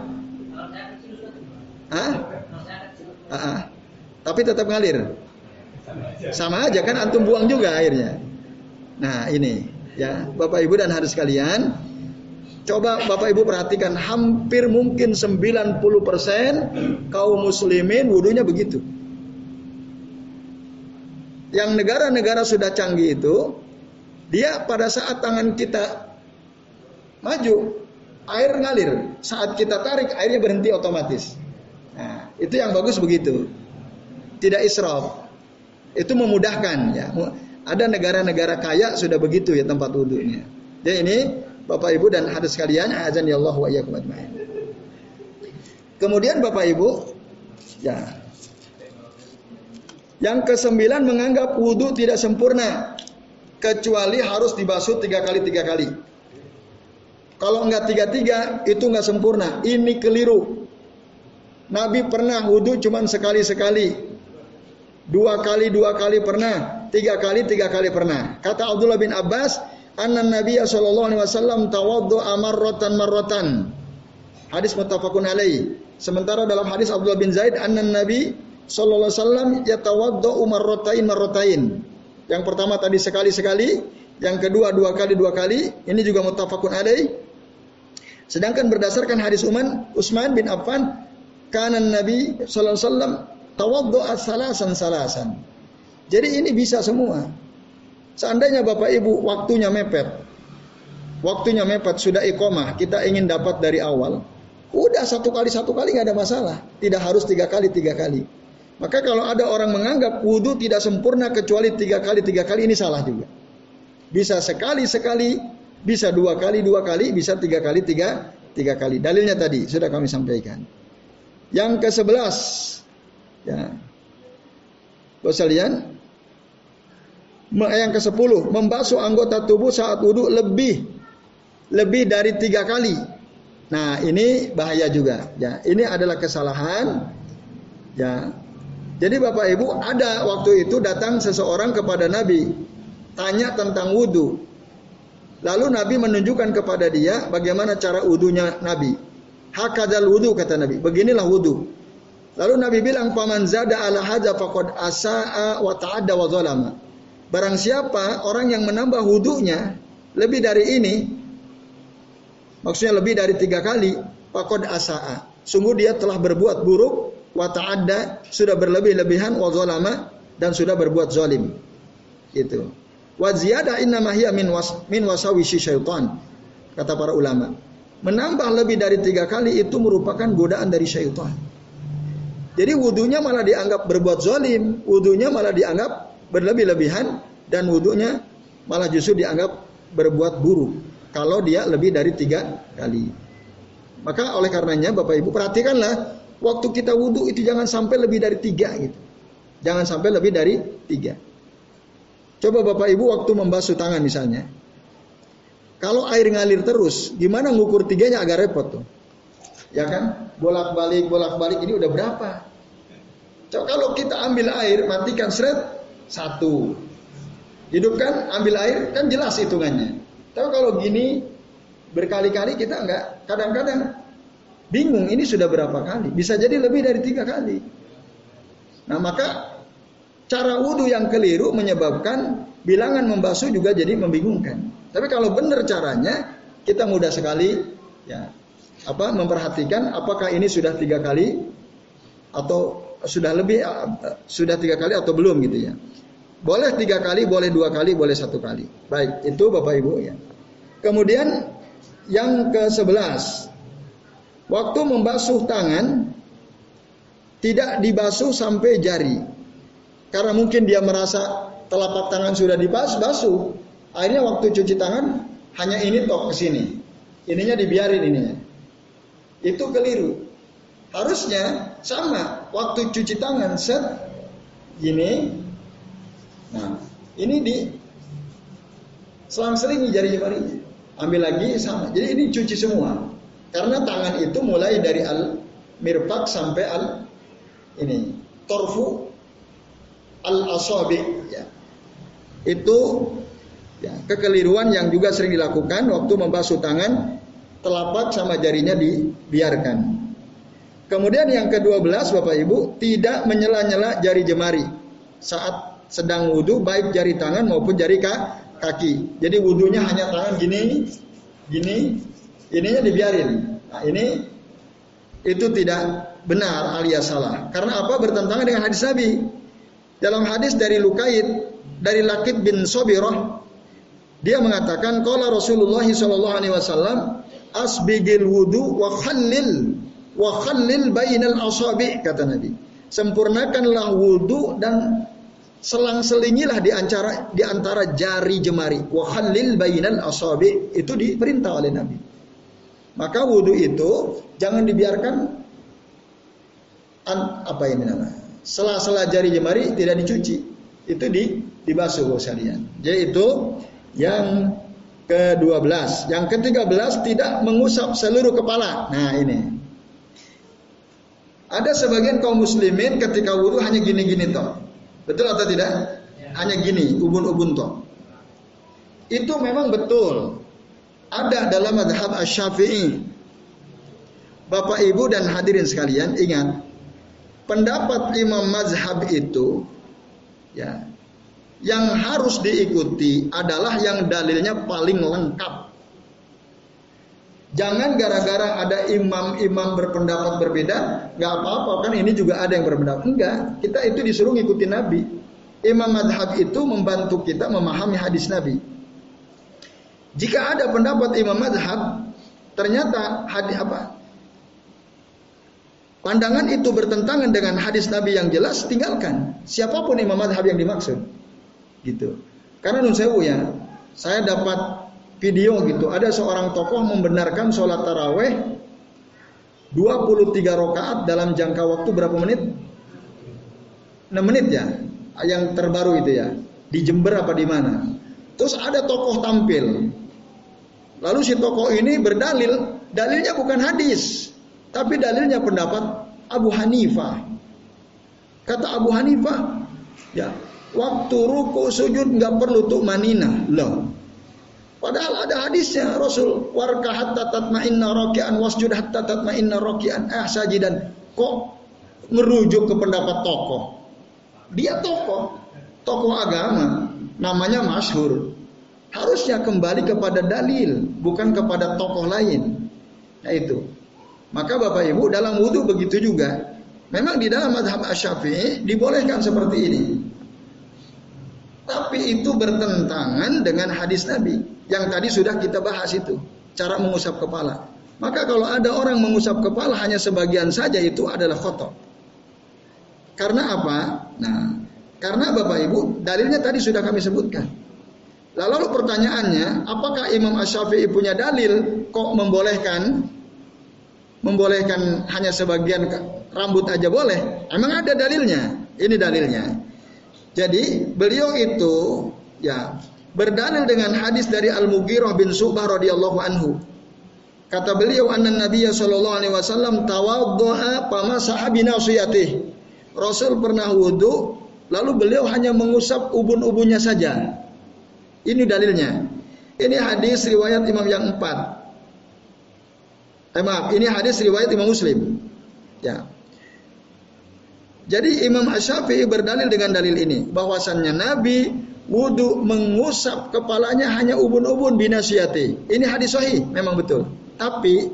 Tapi tetap ngalir. Sama aja kan, antum buang juga airnya. Nah ini, ya Bapak Ibu dan hadirin sekalian, coba Bapak Ibu perhatikan, hampir mungkin 90% kaum muslimin wudunya begitu. Yang negara-negara sudah canggih itu, dia pada saat tangan kita maju, air ngalir. Saat kita tarik, airnya berhenti otomatis. Nah, itu yang bagus begitu. tidak israf. Itu memudahkan ya. Ada negara-negara kaya sudah begitu ya tempat wudunya. Jadi ini Bapak Ibu dan hadirin sekalian, azan ya Allah wa iyyakum ajmain. Kemudian Bapak Ibu, ya. Yang ke-9 menganggap wudu tidak sempurna kecuali harus dibasuh 3 kali. Kalau enggak 3 itu enggak sempurna. Ini keliru. Nabi pernah wudu cuma sekali-sekali. 2 kali pernah. 3 kali pernah. Kata Abdullah bin Abbas, anna Nabiya sallallahu alaihi wasallam tawaddu'a marratan. Hadis muttafaqun alaih. Sementara dalam hadis Abdullah bin Zaid, anna Nabi sallallahu alaihi wasallam yatawaddu'u marratain. Yang pertama tadi sekali-sekali, yang kedua 2 kali. Ini juga muttafaqun alaih. Sedangkan berdasarkan hadis Utsman bin Affan, kana Nabi sallallahu alaihi wasallam tawaddu'a salasan. Jadi ini bisa semua. Seandainya Bapak Ibu waktunya mepet sudah iqamah, kita ingin dapat dari awal, udah 1 kali nggak ada masalah. Tidak harus 3 kali. Maka kalau ada orang menganggap wudu tidak sempurna kecuali 3 kali, ini salah juga. Bisa sekali, bisa 2 kali, bisa 3 kali. Dalilnya tadi sudah kami sampaikan. Yang ke-11, ya, bisa lihat. Yang ke-10, membasuh anggota tubuh saat wudu lebih dari 3 kali. Nah, ini bahaya juga. Ya, ini adalah kesalahan. Ya. Jadi Bapak Ibu, ada waktu itu datang seseorang kepada Nabi, tanya tentang wudu. Lalu Nabi menunjukkan kepada dia bagaimana cara wudunya Nabi. Hakadzal wudu, kata Nabi. Beginilah wudu. Lalu Nabi bilang, "Faman zada ala hadza faqad asaa wa ta'adda wa zalama." Barang siapa orang yang menambah wudunya lebih dari ini, maksudnya lebih dari 3 kali, faqad asaa. Sungguh dia telah berbuat buruk, wa ta'adda, sudah berlebih-lebihan, wa zalama, dan sudah berbuat zalim. Gitu. Wa ziyadah innama hiya min wasawisi syaitan. Kata para ulama. Menambah lebih dari 3 kali itu merupakan godaan dari syaitan. Jadi wudunya malah dianggap berbuat zalim, wudunya malah dianggap berlebih-lebihan, dan wudunya malah justru dianggap berbuat buruk kalau dia lebih dari 3 kali. Maka oleh karenanya Bapak Ibu perhatikanlah, waktu kita wudu itu jangan sampai lebih dari 3 gitu. Jangan sampai lebih dari 3. Coba Bapak Ibu waktu membasuh tangan misalnya. Kalau air ngalir terus, gimana ngukur 3-nya agak repot tuh. Ya kan? Bolak-balik ini udah berapa? Coba kalau kita ambil air, matikan seret 1. Hidupkan, ambil air, kan jelas hitungannya. Tapi kalau gini berkali-kali kita enggak, kadang-kadang bingung ini sudah berapa kali. Bisa jadi lebih dari 3 kali. Nah maka cara wudu yang keliru menyebabkan bilangan membasuh juga jadi membingungkan. Tapi kalau benar caranya, kita mudah sekali ya memperhatikan apakah ini sudah 3 kali atau sudah 3 kali atau belum gitu ya. Boleh 3 kali, boleh 2 kali, boleh 1 kali. Baik, itu Bapak Ibu ya. Kemudian yang ke-11, waktu membasuh tangan tidak dibasuh sampai jari. Karena mungkin dia merasa telapak tangan sudah dibasuh, akhirnya waktu cuci tangan hanya ini tok ke sini. Ininya dibiarin ininya. Itu keliru. Harusnya sama, waktu cuci tangan set gini. Nah, ini di selang-selingi jari-jarinya. Ambil lagi sama. Jadi ini cuci semua. Karena tangan itu mulai dari al-mirfaq sampai torfu al-asabi ya. Itu ya, kekeliruan yang juga sering dilakukan waktu membasuh tangan, telapak sama jarinya dibiarkan. Kemudian yang ke-12 Bapak Ibu, tidak menyela-nyela jari jemari saat sedang wudu, baik jari tangan maupun jari kaki. Jadi wudunya hanya tangan gini, ininya dibiarin. Nah ini itu tidak benar alias salah. Karena apa? Bertentangan dengan hadis Nabi. Dalam hadis dari Laqid bin Sabirah, dia mengatakan, qala Rasulullah sallallahu alaihi wasallam, asbigil wudu wa khallil bainal asabi, kata Nabi. sempurnakanlah wudu dan selang-selingilah di antara jari jemari. Wa khallil bainal asabi, itu diperintah oleh Nabi. Maka wudu itu jangan dibiarkan sela-sela jari jemari tidak dicuci, itu dibasuh sekalian. Jadi itu yang ke-12. Yang ke-13 tidak mengusap seluruh kepala. Nah ini. Ada sebagian kaum muslimin ketika wudu hanya gini-gini toh. Betul atau tidak? Hanya gini, ubun-ubun toh. Itu memang betul. Ada dalam mazhab Asy-Syafi'i. Bapak Ibu dan hadirin sekalian, ingat, pendapat imam mazhab itu ya, yang harus diikuti adalah yang dalilnya paling lengkap. Jangan gara-gara ada imam-imam berpendapat berbeda, nggak apa-apa, kan ini juga ada yang berpendapat. Enggak, kita itu disuruh ngikutin Nabi. Imam mazhab itu membantu kita memahami hadis Nabi. Jika ada pendapat imam mazhab, ternyata pandangan itu bertentangan dengan hadis Nabi yang jelas, tinggalkan. Siapapun imam mazhab yang dimaksud. Gitu. Karena nun sewu ya, saya dapat video gitu, ada seorang tokoh membenarkan sholat taraweh 23 rakaat dalam jangka waktu berapa menit? 6 menit ya, yang terbaru itu ya, di Jember apa di mana. Terus ada tokoh tampil, lalu si tokoh ini berdalil, dalilnya bukan hadis, tapi dalilnya pendapat Abu Hanifah. Kata Abu Hanifah, ya, waktu ruku sujud nggak perlu tu'manina loh. Padahal ada hadisnya Rasul, warka hatta tatma'inna raki'an wasjud hatta tatma'inna raki'an sajidan. Kok merujuk ke pendapat tokoh? Dia tokoh agama, namanya masyhur. Harusnya kembali kepada dalil, bukan kepada tokoh lain. Nah itu. Maka Bapak Ibu dalam wudu begitu juga. Memang di dalam mazhab Asy-Syafi'i dibolehkan seperti ini. Tapi itu bertentangan dengan hadis Nabi yang tadi sudah kita bahas itu, cara mengusap kepala. Maka kalau ada orang mengusap kepala hanya sebagian saja, itu adalah khotob. Karena apa? Nah, karena Bapak Ibu dalilnya tadi sudah kami sebutkan. Lalu pertanyaannya, apakah Imam Asy-Syafi'i punya dalil kok membolehkan hanya sebagian rambut aja boleh? Emang ada dalilnya? Ini dalilnya. Jadi beliau itu ya berdalil dengan hadis dari Al-Mughirah bin Syu'bah radhiyallahu anhu. Kata beliau, anna Nabiyya sallallahu alaihi wasallam tawaddaa famasaha bi nasiyatihi. Rasul pernah wudu, lalu beliau hanya mengusap ubun-ubunnya saja. Ini dalilnya. Ini hadis riwayat Imam yang 4. Ini hadis riwayat Imam Muslim. Ya. Jadi Imam Asy-Syafi'i berdalil dengan dalil ini, bahwasannya Nabi wudu mengusap kepalanya hanya ubun-ubun binasiyati. Ini hadis sahih, memang betul. Tapi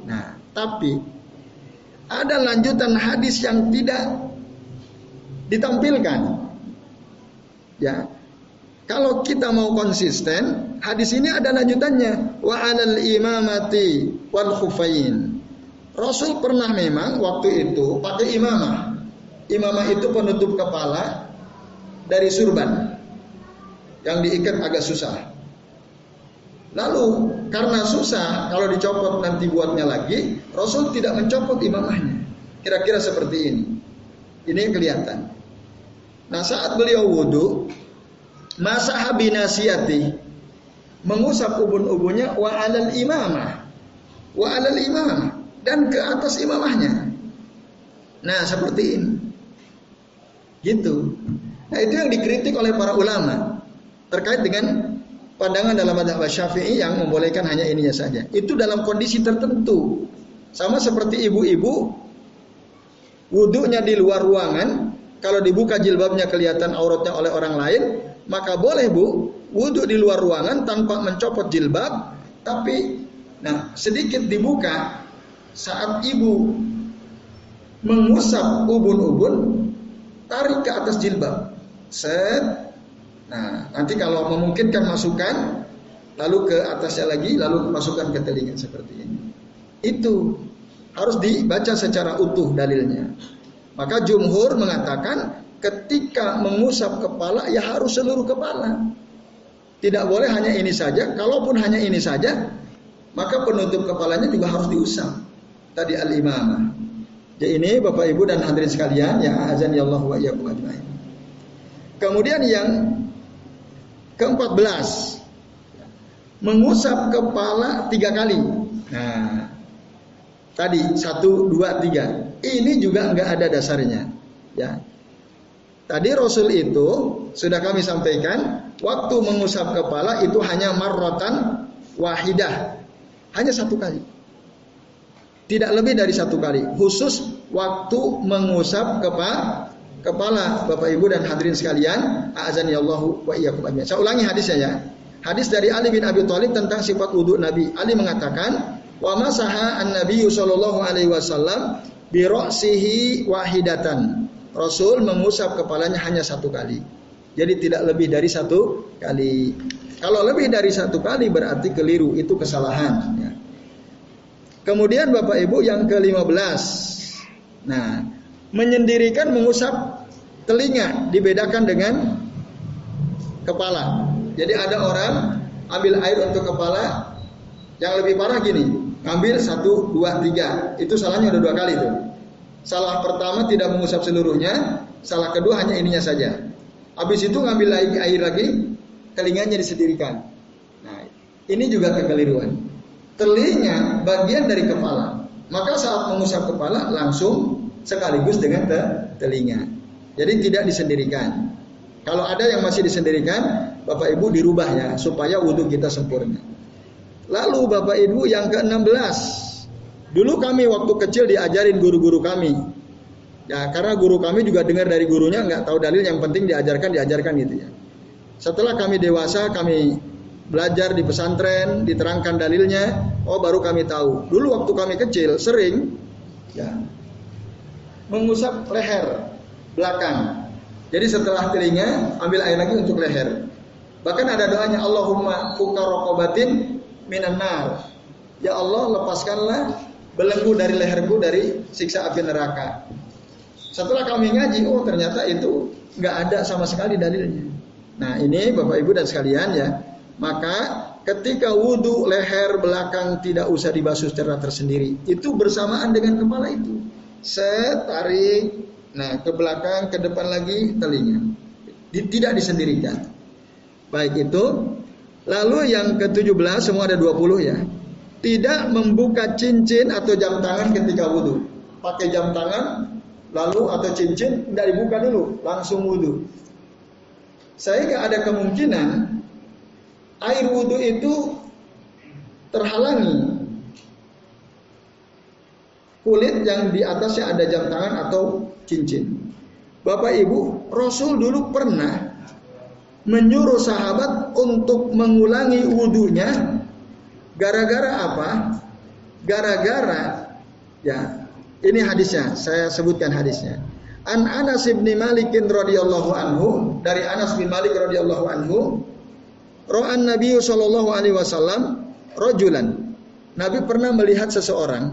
ada lanjutan hadis yang tidak ditampilkan. Ya. Kalau kita mau konsisten, hadis ini ada lanjutannya. Wa 'alal imamati wal khufain. Rasul pernah memang waktu itu pakai imamah. Imamah itu penutup kepala dari surban yang diikat agak susah. Lalu karena susah, kalau dicopot nanti buatnya lagi, Rasul tidak mencopot imamahnya. Kira-kira seperti ini. Ini kelihatan. Nah saat beliau wudu, masaha binasiyati, mengusap ubun-ubunnya wa 'alal imamah, dan ke atas imamahnya. Nah seperti ini. Gitu. Nah itu yang dikritik oleh para ulama terkait dengan pandangan dalam mazhab Syafi'i yang membolehkan hanya ininya saja. Itu dalam kondisi tertentu. Sama seperti ibu-ibu wudunya di luar ruangan, kalau dibuka jilbabnya kelihatan auratnya oleh orang lain, maka boleh Bu wudu di luar ruangan tanpa mencopot jilbab, tapi sedikit dibuka saat ibu mengusap ubun-ubun, tarik ke atas jilbab. Set. Nah, nanti kalau memungkinkan masukkan, lalu ke atasnya lagi, lalu masukkan ke telinga seperti ini. Itu harus dibaca secara utuh dalilnya. Maka jumhur mengatakan ketika mengusap kepala ya harus seluruh kepala. Tidak boleh hanya ini saja. Kalaupun hanya ini saja, maka penutup kepalanya juga harus diusap. Tadi al-imamah. Jadi ini Bapak Ibu dan hadirin sekalian, ya azan ya Allah wa iyyakum ajmain. Kemudian yang ke-14, mengusap kepala 3 kali. Nah, tadi 1, 2, 3. Ini juga enggak ada dasarnya. Ya. Tadi Rasul itu sudah kami sampaikan, waktu mengusap kepala itu hanya marratan wahidah, hanya 1 kali. Tidak lebih dari 1 kali. Khusus waktu mengusap kepala Bapak Ibu dan hadirin sekalian, a'azani Allahu wa iyyakum ajmain. Saya ulangi hadisnya ya. Hadis dari Ali bin Abi Thalib tentang sifat wudu Nabi. Ali mengatakan, wa masaha an-nabiyyu sallallahu alaihi wasallam bi ra'sihi wahidatan. Rasul mengusap kepalanya hanya 1 kali. Jadi tidak lebih dari 1 kali. Kalau lebih dari 1 kali berarti keliru, itu kesalahan ya. Kemudian Bapak Ibu yang ke-15. Nah, menyendirikan mengusap telinga dibedakan dengan kepala. Jadi ada orang ambil air untuk kepala, yang lebih parah gini, ambil 1, 2, 3. Itu salahnya udah 2 kali tuh. Salah pertama tidak mengusap seluruhnya, salah kedua hanya ininya saja. Habis itu ngambil air lagi, telinganya disendirikan. Nah, ini juga kekeliruan. Telinga bagian dari kepala. Maka saat mengusap kepala langsung sekaligus dengan telinga. Jadi tidak disendirikan. Kalau ada yang masih disendirikan, Bapak Ibu dirubah ya, supaya wudhu kita sempurna. Lalu Bapak Ibu yang ke-16. Dulu kami waktu kecil diajarin guru-guru kami. Ya, karena guru kami juga dengar dari gurunya, nggak tahu dalil, yang penting diajarkan gitu ya. Setelah kami dewasa, kami belajar di pesantren, diterangkan dalilnya, oh baru kami tahu. Dulu waktu kami kecil sering ya, mengusap leher belakang. Jadi setelah telinga, ambil air lagi untuk leher. Bahkan ada doanya, Allahumma fuka raqabatin minan nar. Ya Allah, lepaskanlah belenggu dari leherku dari siksa api neraka. Setelah kami ngaji, oh ternyata itu nggak ada sama sekali dalilnya. Nah ini Bapak Ibu dan sekalian ya. Maka ketika wudhu leher belakang tidak usah dibasuh secara tersendiri. Itu bersamaan dengan kepala itu. Tarik, nah ke belakang, ke depan lagi telinga. Tidak disendirikan. Baik itu. Lalu yang ke-17, semua ada 20 ya. Tidak membuka cincin atau jam tangan ketika wudhu. Pakai jam tangan, lalu atau cincin, tidak dibuka dulu, langsung wudhu. Sehingga ada kemungkinan air wudhu itu terhalangi kulit yang di atasnya ada jam tangan atau cincin. Bapak Ibu, Rasul dulu pernah menyuruh sahabat untuk mengulangi wudhunya. Gara-gara apa? Gara-gara ya, ini hadisnya, saya sebutkan hadisnya. An Anas bin Malik radhiyallahu anhu, dari Anas bin Malik radhiyallahu anhu, Ra'an Nabi sallallahu alaihi wasallam rajulan. Nabi pernah melihat seseorang.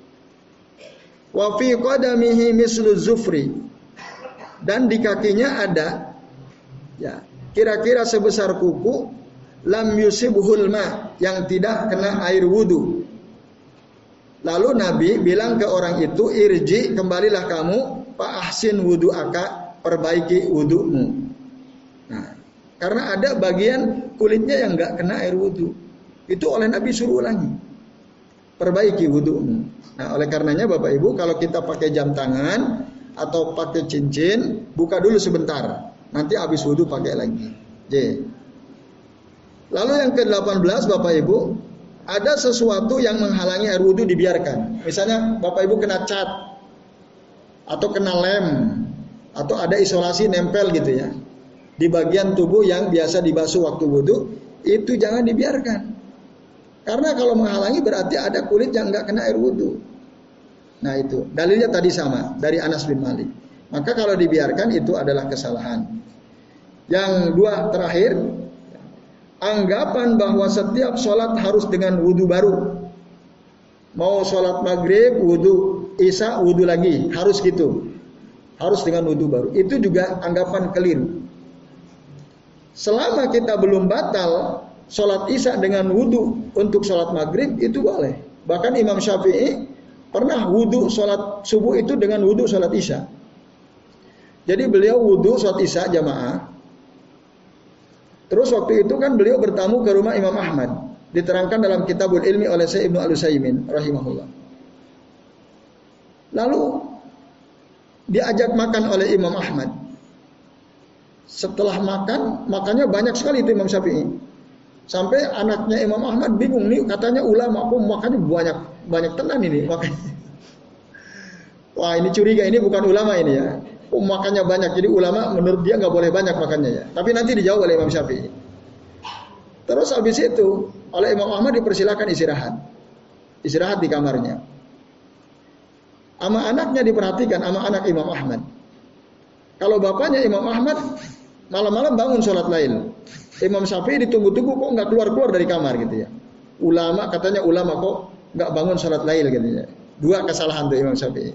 Wa fi qadamihi mislu zufri. Dan di kakinya ada ya, kira-kira sebesar kuku, lam yusibhul ma, yang tidak kena air wudu. Lalu Nabi bilang ke orang itu, irji, kembalilah kamu, fa ahsin wudu'aka, perbaiki wudu'mu. Nah, karena ada bagian kulitnya yang enggak kena air wudu. Itu oleh Nabi suruh ulangi. Perbaiki wudu'mu. Nah, oleh karenanya Bapak Ibu, kalau kita pakai jam tangan atau pakai cincin, buka dulu sebentar. Nanti habis wudu pakai lagi. J. Lalu yang ke-18 Bapak Ibu, ada sesuatu yang menghalangi air wudu dibiarkan. Misalnya Bapak Ibu kena cat atau kena lem atau ada isolasi nempel gitu ya. Di bagian tubuh yang biasa dibasuh waktu wudu, itu jangan dibiarkan. Karena kalau menghalangi berarti ada kulit yang enggak kena air wudu. Nah itu, dalilnya tadi sama dari Anas bin Malik. Maka kalau dibiarkan itu adalah kesalahan. Yang 2 terakhir, anggapan bahwa setiap sholat harus dengan wudu baru. Mau sholat maghrib wudu, isya wudu lagi, harus gitu. Harus dengan wudu baru. Itu juga anggapan keliru. Selama kita belum batal sholat isya dengan wudu untuk sholat maghrib, itu boleh. Bahkan Imam Syafi'i pernah wudu sholat subuh itu dengan wudu sholat isya. Jadi beliau wudu sholat isya jamaah. Terus waktu itu kan beliau bertamu ke rumah Imam Ahmad. Diterangkan dalam Kitabul Ilmi oleh Syekh Ibnu Al-Utsaimin rahimahullah. Lalu diajak makan oleh Imam Ahmad. Setelah makan, makannya banyak sekali itu Imam Syafi'i. Sampai anaknya Imam Ahmad bingung nih, katanya ulama kok makannya banyak tenan ini makanya. Wah, ini curiga, ini bukan ulama ini ya. Makannya banyak, jadi ulama menurut dia nggak boleh banyak makannya ya. Tapi nanti dijawab oleh Imam Syafi'i. Terus habis itu oleh Imam Ahmad dipersilakan istirahat di kamarnya. Ama anaknya diperhatikan, ama anak Imam Ahmad. Kalau bapaknya Imam Ahmad malam-malam bangun sholat lail, Imam Syafi'i ditunggu-tunggu kok nggak keluar-keluar dari kamar gitu ya. Katanya ulama kok nggak bangun sholat lail gitu ya. Dua kesalahan tuh Imam Syafi'i.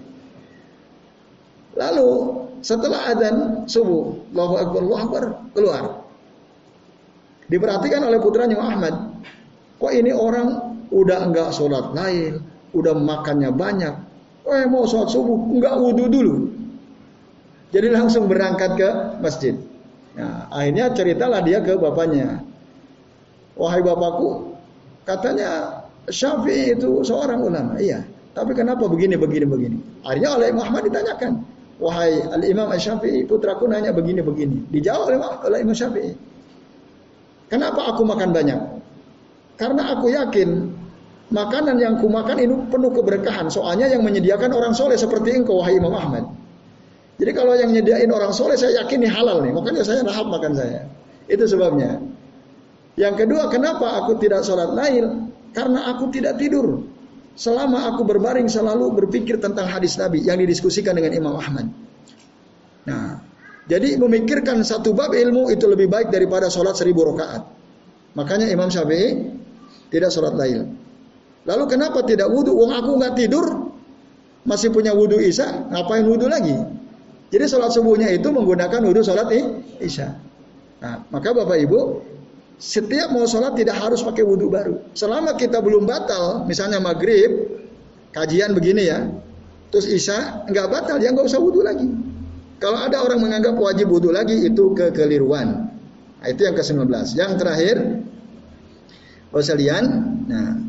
Lalu setelah adzan subuh, Allahu Akbar, keluar. Diperhatikan oleh putranya Ahmad, kok ini orang udah enggak sholat lail, udah makannya banyak, mau sholat subuh enggak wudu dulu. Jadi langsung berangkat ke masjid. Nah, akhirnya ceritalah dia ke bapaknya, wahai bapakku, katanya Syafi'i itu seorang ulama. Iya, tapi kenapa begini. Akhirnya oleh Muhammad ditanyakan, wahai Al-Imam Asy-Syafi'i, putraku nanya begini. Dijawab oleh Imam Syafi'i. Kenapa aku makan banyak? Karena aku yakin makanan yang kumakan ini penuh keberkahan. Soalnya yang menyediakan orang soleh seperti engkau, wahai Imam Ahmad. Jadi kalau yang nyediain orang soleh, saya yakin ini halal nih. Makanya saya lahap makan saya. Itu sebabnya. Yang kedua, kenapa aku tidak sholat lail? Karena aku tidak tidur. Selama aku berbaring selalu berpikir tentang hadis Nabi yang didiskusikan dengan Imam Ahmad. Nah, jadi memikirkan satu bab ilmu itu lebih baik daripada sholat 1000 rakaat. Makanya Imam Syafi'i tidak sholat lail. Lalu kenapa tidak wudu? Wong aku nggak tidur, masih punya wudu isya, ngapain wudu lagi? Jadi sholat subuhnya itu menggunakan wudu sholat isya. Nah, maka Bapak Ibu, setiap mau sholat tidak harus pakai wudu baru. Selama kita belum batal, misalnya maghrib, kajian begini ya, terus isya nggak batal, ya nggak usah wudu lagi. Kalau ada orang menganggap wajib wudu lagi, itu kekeliruan. Nah, itu yang ke-19. Yang terakhir, sekalian, nah,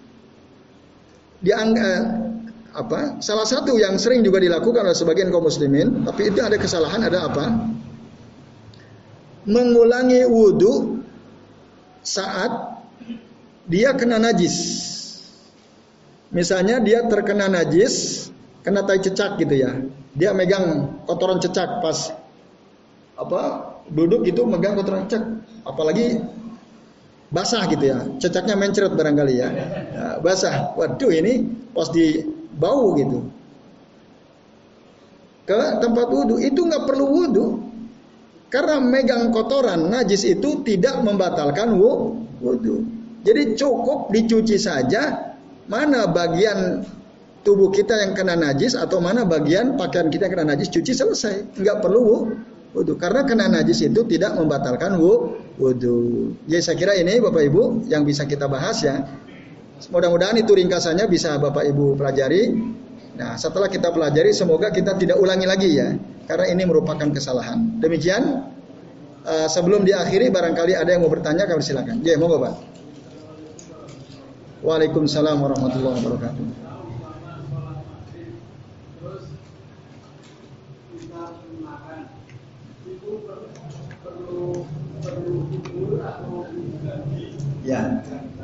salah satu yang sering juga dilakukan oleh sebagian kaum muslimin, tapi itu ada kesalahan, ada apa? Mengulangi wudu saat dia kena najis. Misalnya dia terkena najis, kena tai cecak gitu ya. Dia megang kotoran cecak pas duduk gitu, megang kotoran cecak, apalagi basah gitu ya, cecaknya mencret barangkali ya, basah. Waduh, ini pas di bau gitu. Ke tempat wudu itu nggak perlu wudu, karena megang kotoran najis itu tidak membatalkan wudu. Jadi cukup dicuci saja mana bagian tubuh kita yang kena najis atau mana bagian pakaian kita yang kena najis, cuci selesai, nggak perlu wudu, karena kena najis itu tidak membatalkan wudu. Jadi saya kira ini Bapak Ibu yang bisa kita bahas ya. Mudah-mudahan itu ringkasannya bisa Bapak Ibu pelajari. Nah, setelah kita pelajari, semoga kita tidak ulangi lagi ya, karena ini merupakan kesalahan. Demikian. Sebelum diakhiri, barangkali ada yang mau bertanya, kami silakan. Ya, monggo Pak. Waalaikumsalam warahmatullahi wabarakatuh. Ya.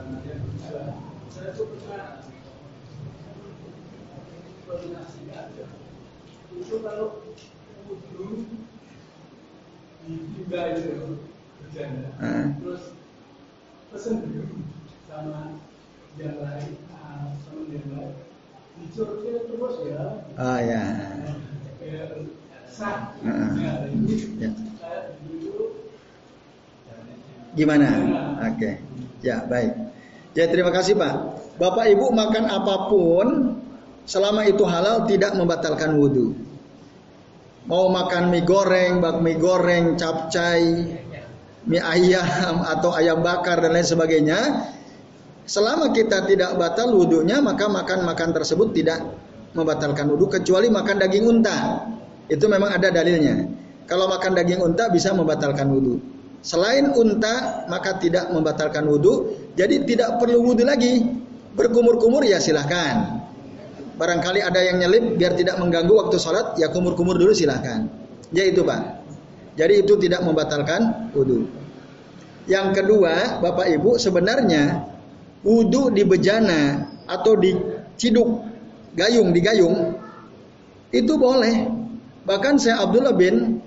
Itu kalau wudu dibuka itu berjanda, terus pesen dulu sama yang lain, dicurutnya terus ya. Oh ya. Sah. Ya. Gimana? Oke. Ya, baik. Ya, terima kasih Pak. Bapak Ibu makan apapun selama itu halal tidak membatalkan wudu. mau makan mie goreng, bakmi goreng, capcay, mie ayam atau ayam bakar dan lain sebagainya, selama kita tidak batal wudunya, maka makan tersebut tidak membatalkan wudu, kecuali makan daging unta. Itu memang ada dalilnya. Kalau makan daging unta bisa membatalkan wudu. Selain unta maka tidak membatalkan wudu. Jadi tidak perlu wudu lagi. Berkumur-kumur ya silahkan. Barangkali ada yang nyelip biar tidak mengganggu waktu sholat, ya kumur-kumur dulu silahkan. Ya itu Pak. Jadi itu tidak membatalkan wudu. Yang kedua, Bapak Ibu, sebenarnya wudu di bejana atau di ciduk di gayung itu boleh. Bahkan Syekh Abdullah bin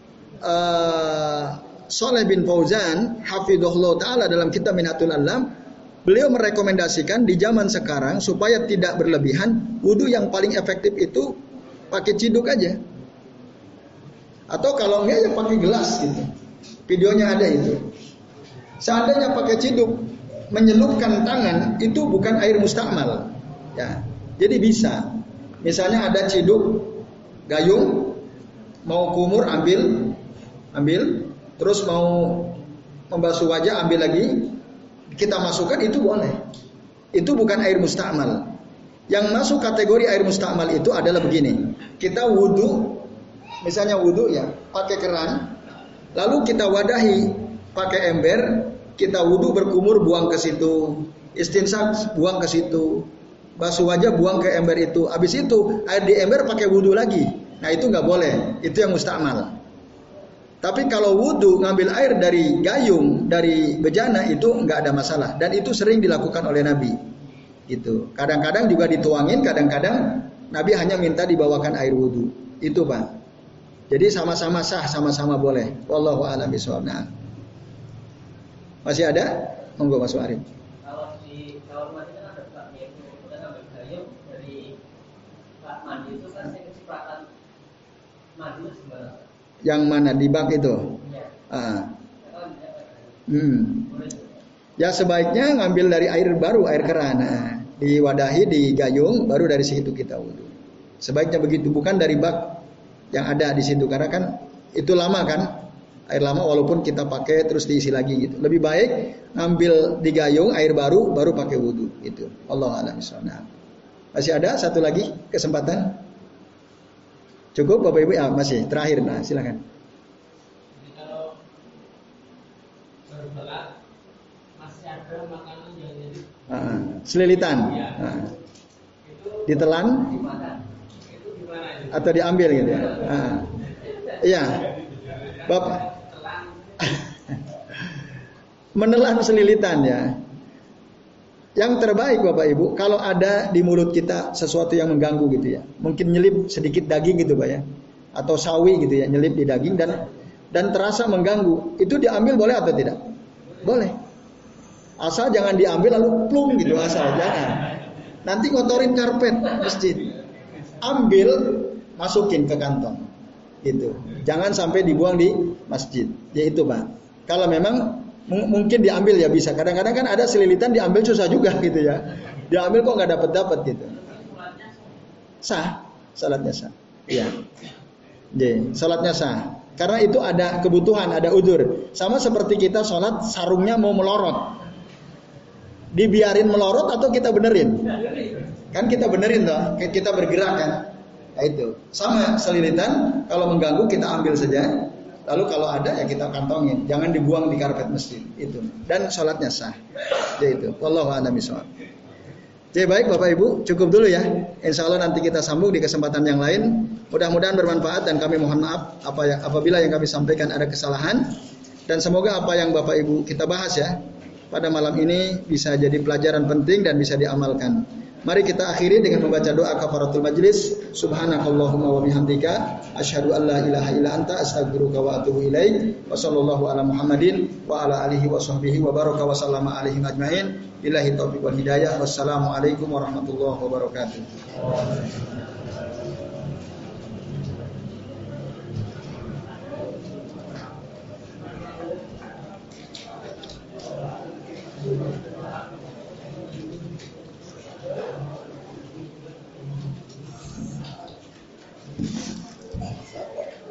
Shalih bin Fauzan hafizahullah taala dalam kitab Minhatul Alam, beliau merekomendasikan di zaman sekarang supaya tidak berlebihan, wudu yang paling efektif itu pakai ciduk aja. Atau kalau enggak ya pakai gelas gitu. Videonya ada itu. Seandainya pakai ciduk, menyelupkan tangan itu bukan air mustakmal. Ya. Jadi bisa. Misalnya ada ciduk gayung, mau kumur ambil, terus mau membasuh wajah ambil lagi, kita masukkan, itu boleh. Itu bukan air mustakmal. Yang masuk kategori air mustakmal itu adalah begini. Kita wudu, misalnya wudu ya, pakai keran, lalu kita wadahi pakai ember, kita wudu berkumur buang ke situ, istinsaq buang ke situ, basuh wajah buang ke ember itu. Habis itu air di ember pakai wudu lagi. Nah itu nggak boleh, itu yang mustakmal. Tapi kalau wudu ngambil air dari gayung, dari bejana itu nggak ada masalah. Dan itu sering dilakukan oleh Nabi. Gitu. Kadang-kadang juga dituangin, kadang-kadang Nabi hanya minta dibawakan air wudu. Itu Pak. Jadi sama-sama sah, sama-sama boleh. Wallahu a'lam bishawab. Nah. Masih ada? Monggo Mas Arif. Kalau di kamar mandi kan ada baknya itu, kita ngambil gayung dari bak mandi itu kan saya kecipratan mandi sebenarnya. Yang mana di bak itu? Ya. Ya sebaiknya ngambil dari air baru, air keran. Nah, diwadahi di gayung, baru dari situ kita wudu. Sebaiknya begitu, bukan dari bak yang ada di situ, karena kan itu lama kan, air lama walaupun kita pakai terus diisi lagi gitu. Lebih baik ngambil di gayung air baru pakai wudu. Itu. Allahu a'lam bishawab. Masih ada satu lagi kesempatan? Cukup Bapak Ibu? Ya, masih terakhir. Nah, silakan. Jadi kalau berbelah masih ada makanan yang jadi selilitan. Ya. Itu Ditelan itu gimana itu? atau diambil gitu ya. Iya. Bapak menelan selilitan ya. Yang terbaik Bapak Ibu, kalau ada di mulut kita sesuatu yang mengganggu gitu ya. Mungkin nyelip sedikit daging gitu Pak ya. Atau sawi gitu ya, nyelip di daging dan terasa mengganggu. Itu diambil boleh atau tidak? Boleh. Asal jangan diambil lalu plung gitu, asal jangan. Nanti ngotorin karpet masjid. Ambil, masukin ke kantong. Gitu. Jangan sampai dibuang di masjid. Ya itu Pak. Kalau memang mungkin diambil ya bisa. Kadang-kadang kan ada selilitan diambil susah juga gitu ya. Diambil kok nggak dapat gitu. Sah, salatnya sah. Iya. Jadi, salatnya sah. Karena itu ada kebutuhan, ada udzur. Sama seperti kita salat sarungnya mau melorot. Dibiarin melorot atau kita benerin? Kan kita benerin toh, kita bergerak kan. Nah itu. Sama selilitan, kalau mengganggu kita ambil saja. Lalu kalau ada ya kita kantongin, jangan dibuang di karpet masjid itu. Dan sholatnya sah. Itu. Wallahu a'lam bishawab. Jadi baik Bapak Ibu, cukup dulu ya. Insya Allah nanti kita sambung di kesempatan yang lain. Mudah-mudahan bermanfaat dan kami mohon maaf apabila yang kami sampaikan ada kesalahan. Dan semoga apa yang Bapak Ibu kita bahas ya pada malam ini bisa jadi pelajaran penting dan bisa diamalkan. Mari kita akhiri dengan membaca doa kafaratul majlis. Subhanakallahumma wa bihamdika asyhadu an la ilaha illa anta astaghfiruka wa atubu ilaik. Wa sallallahu ala Muhammadin wa ala alihi wa sahbihi wa baraka wa sallama alaihim ajmain. Billahi taufiq wal hidayah. Wassalamualaikum warahmatullahi wabarakatuh.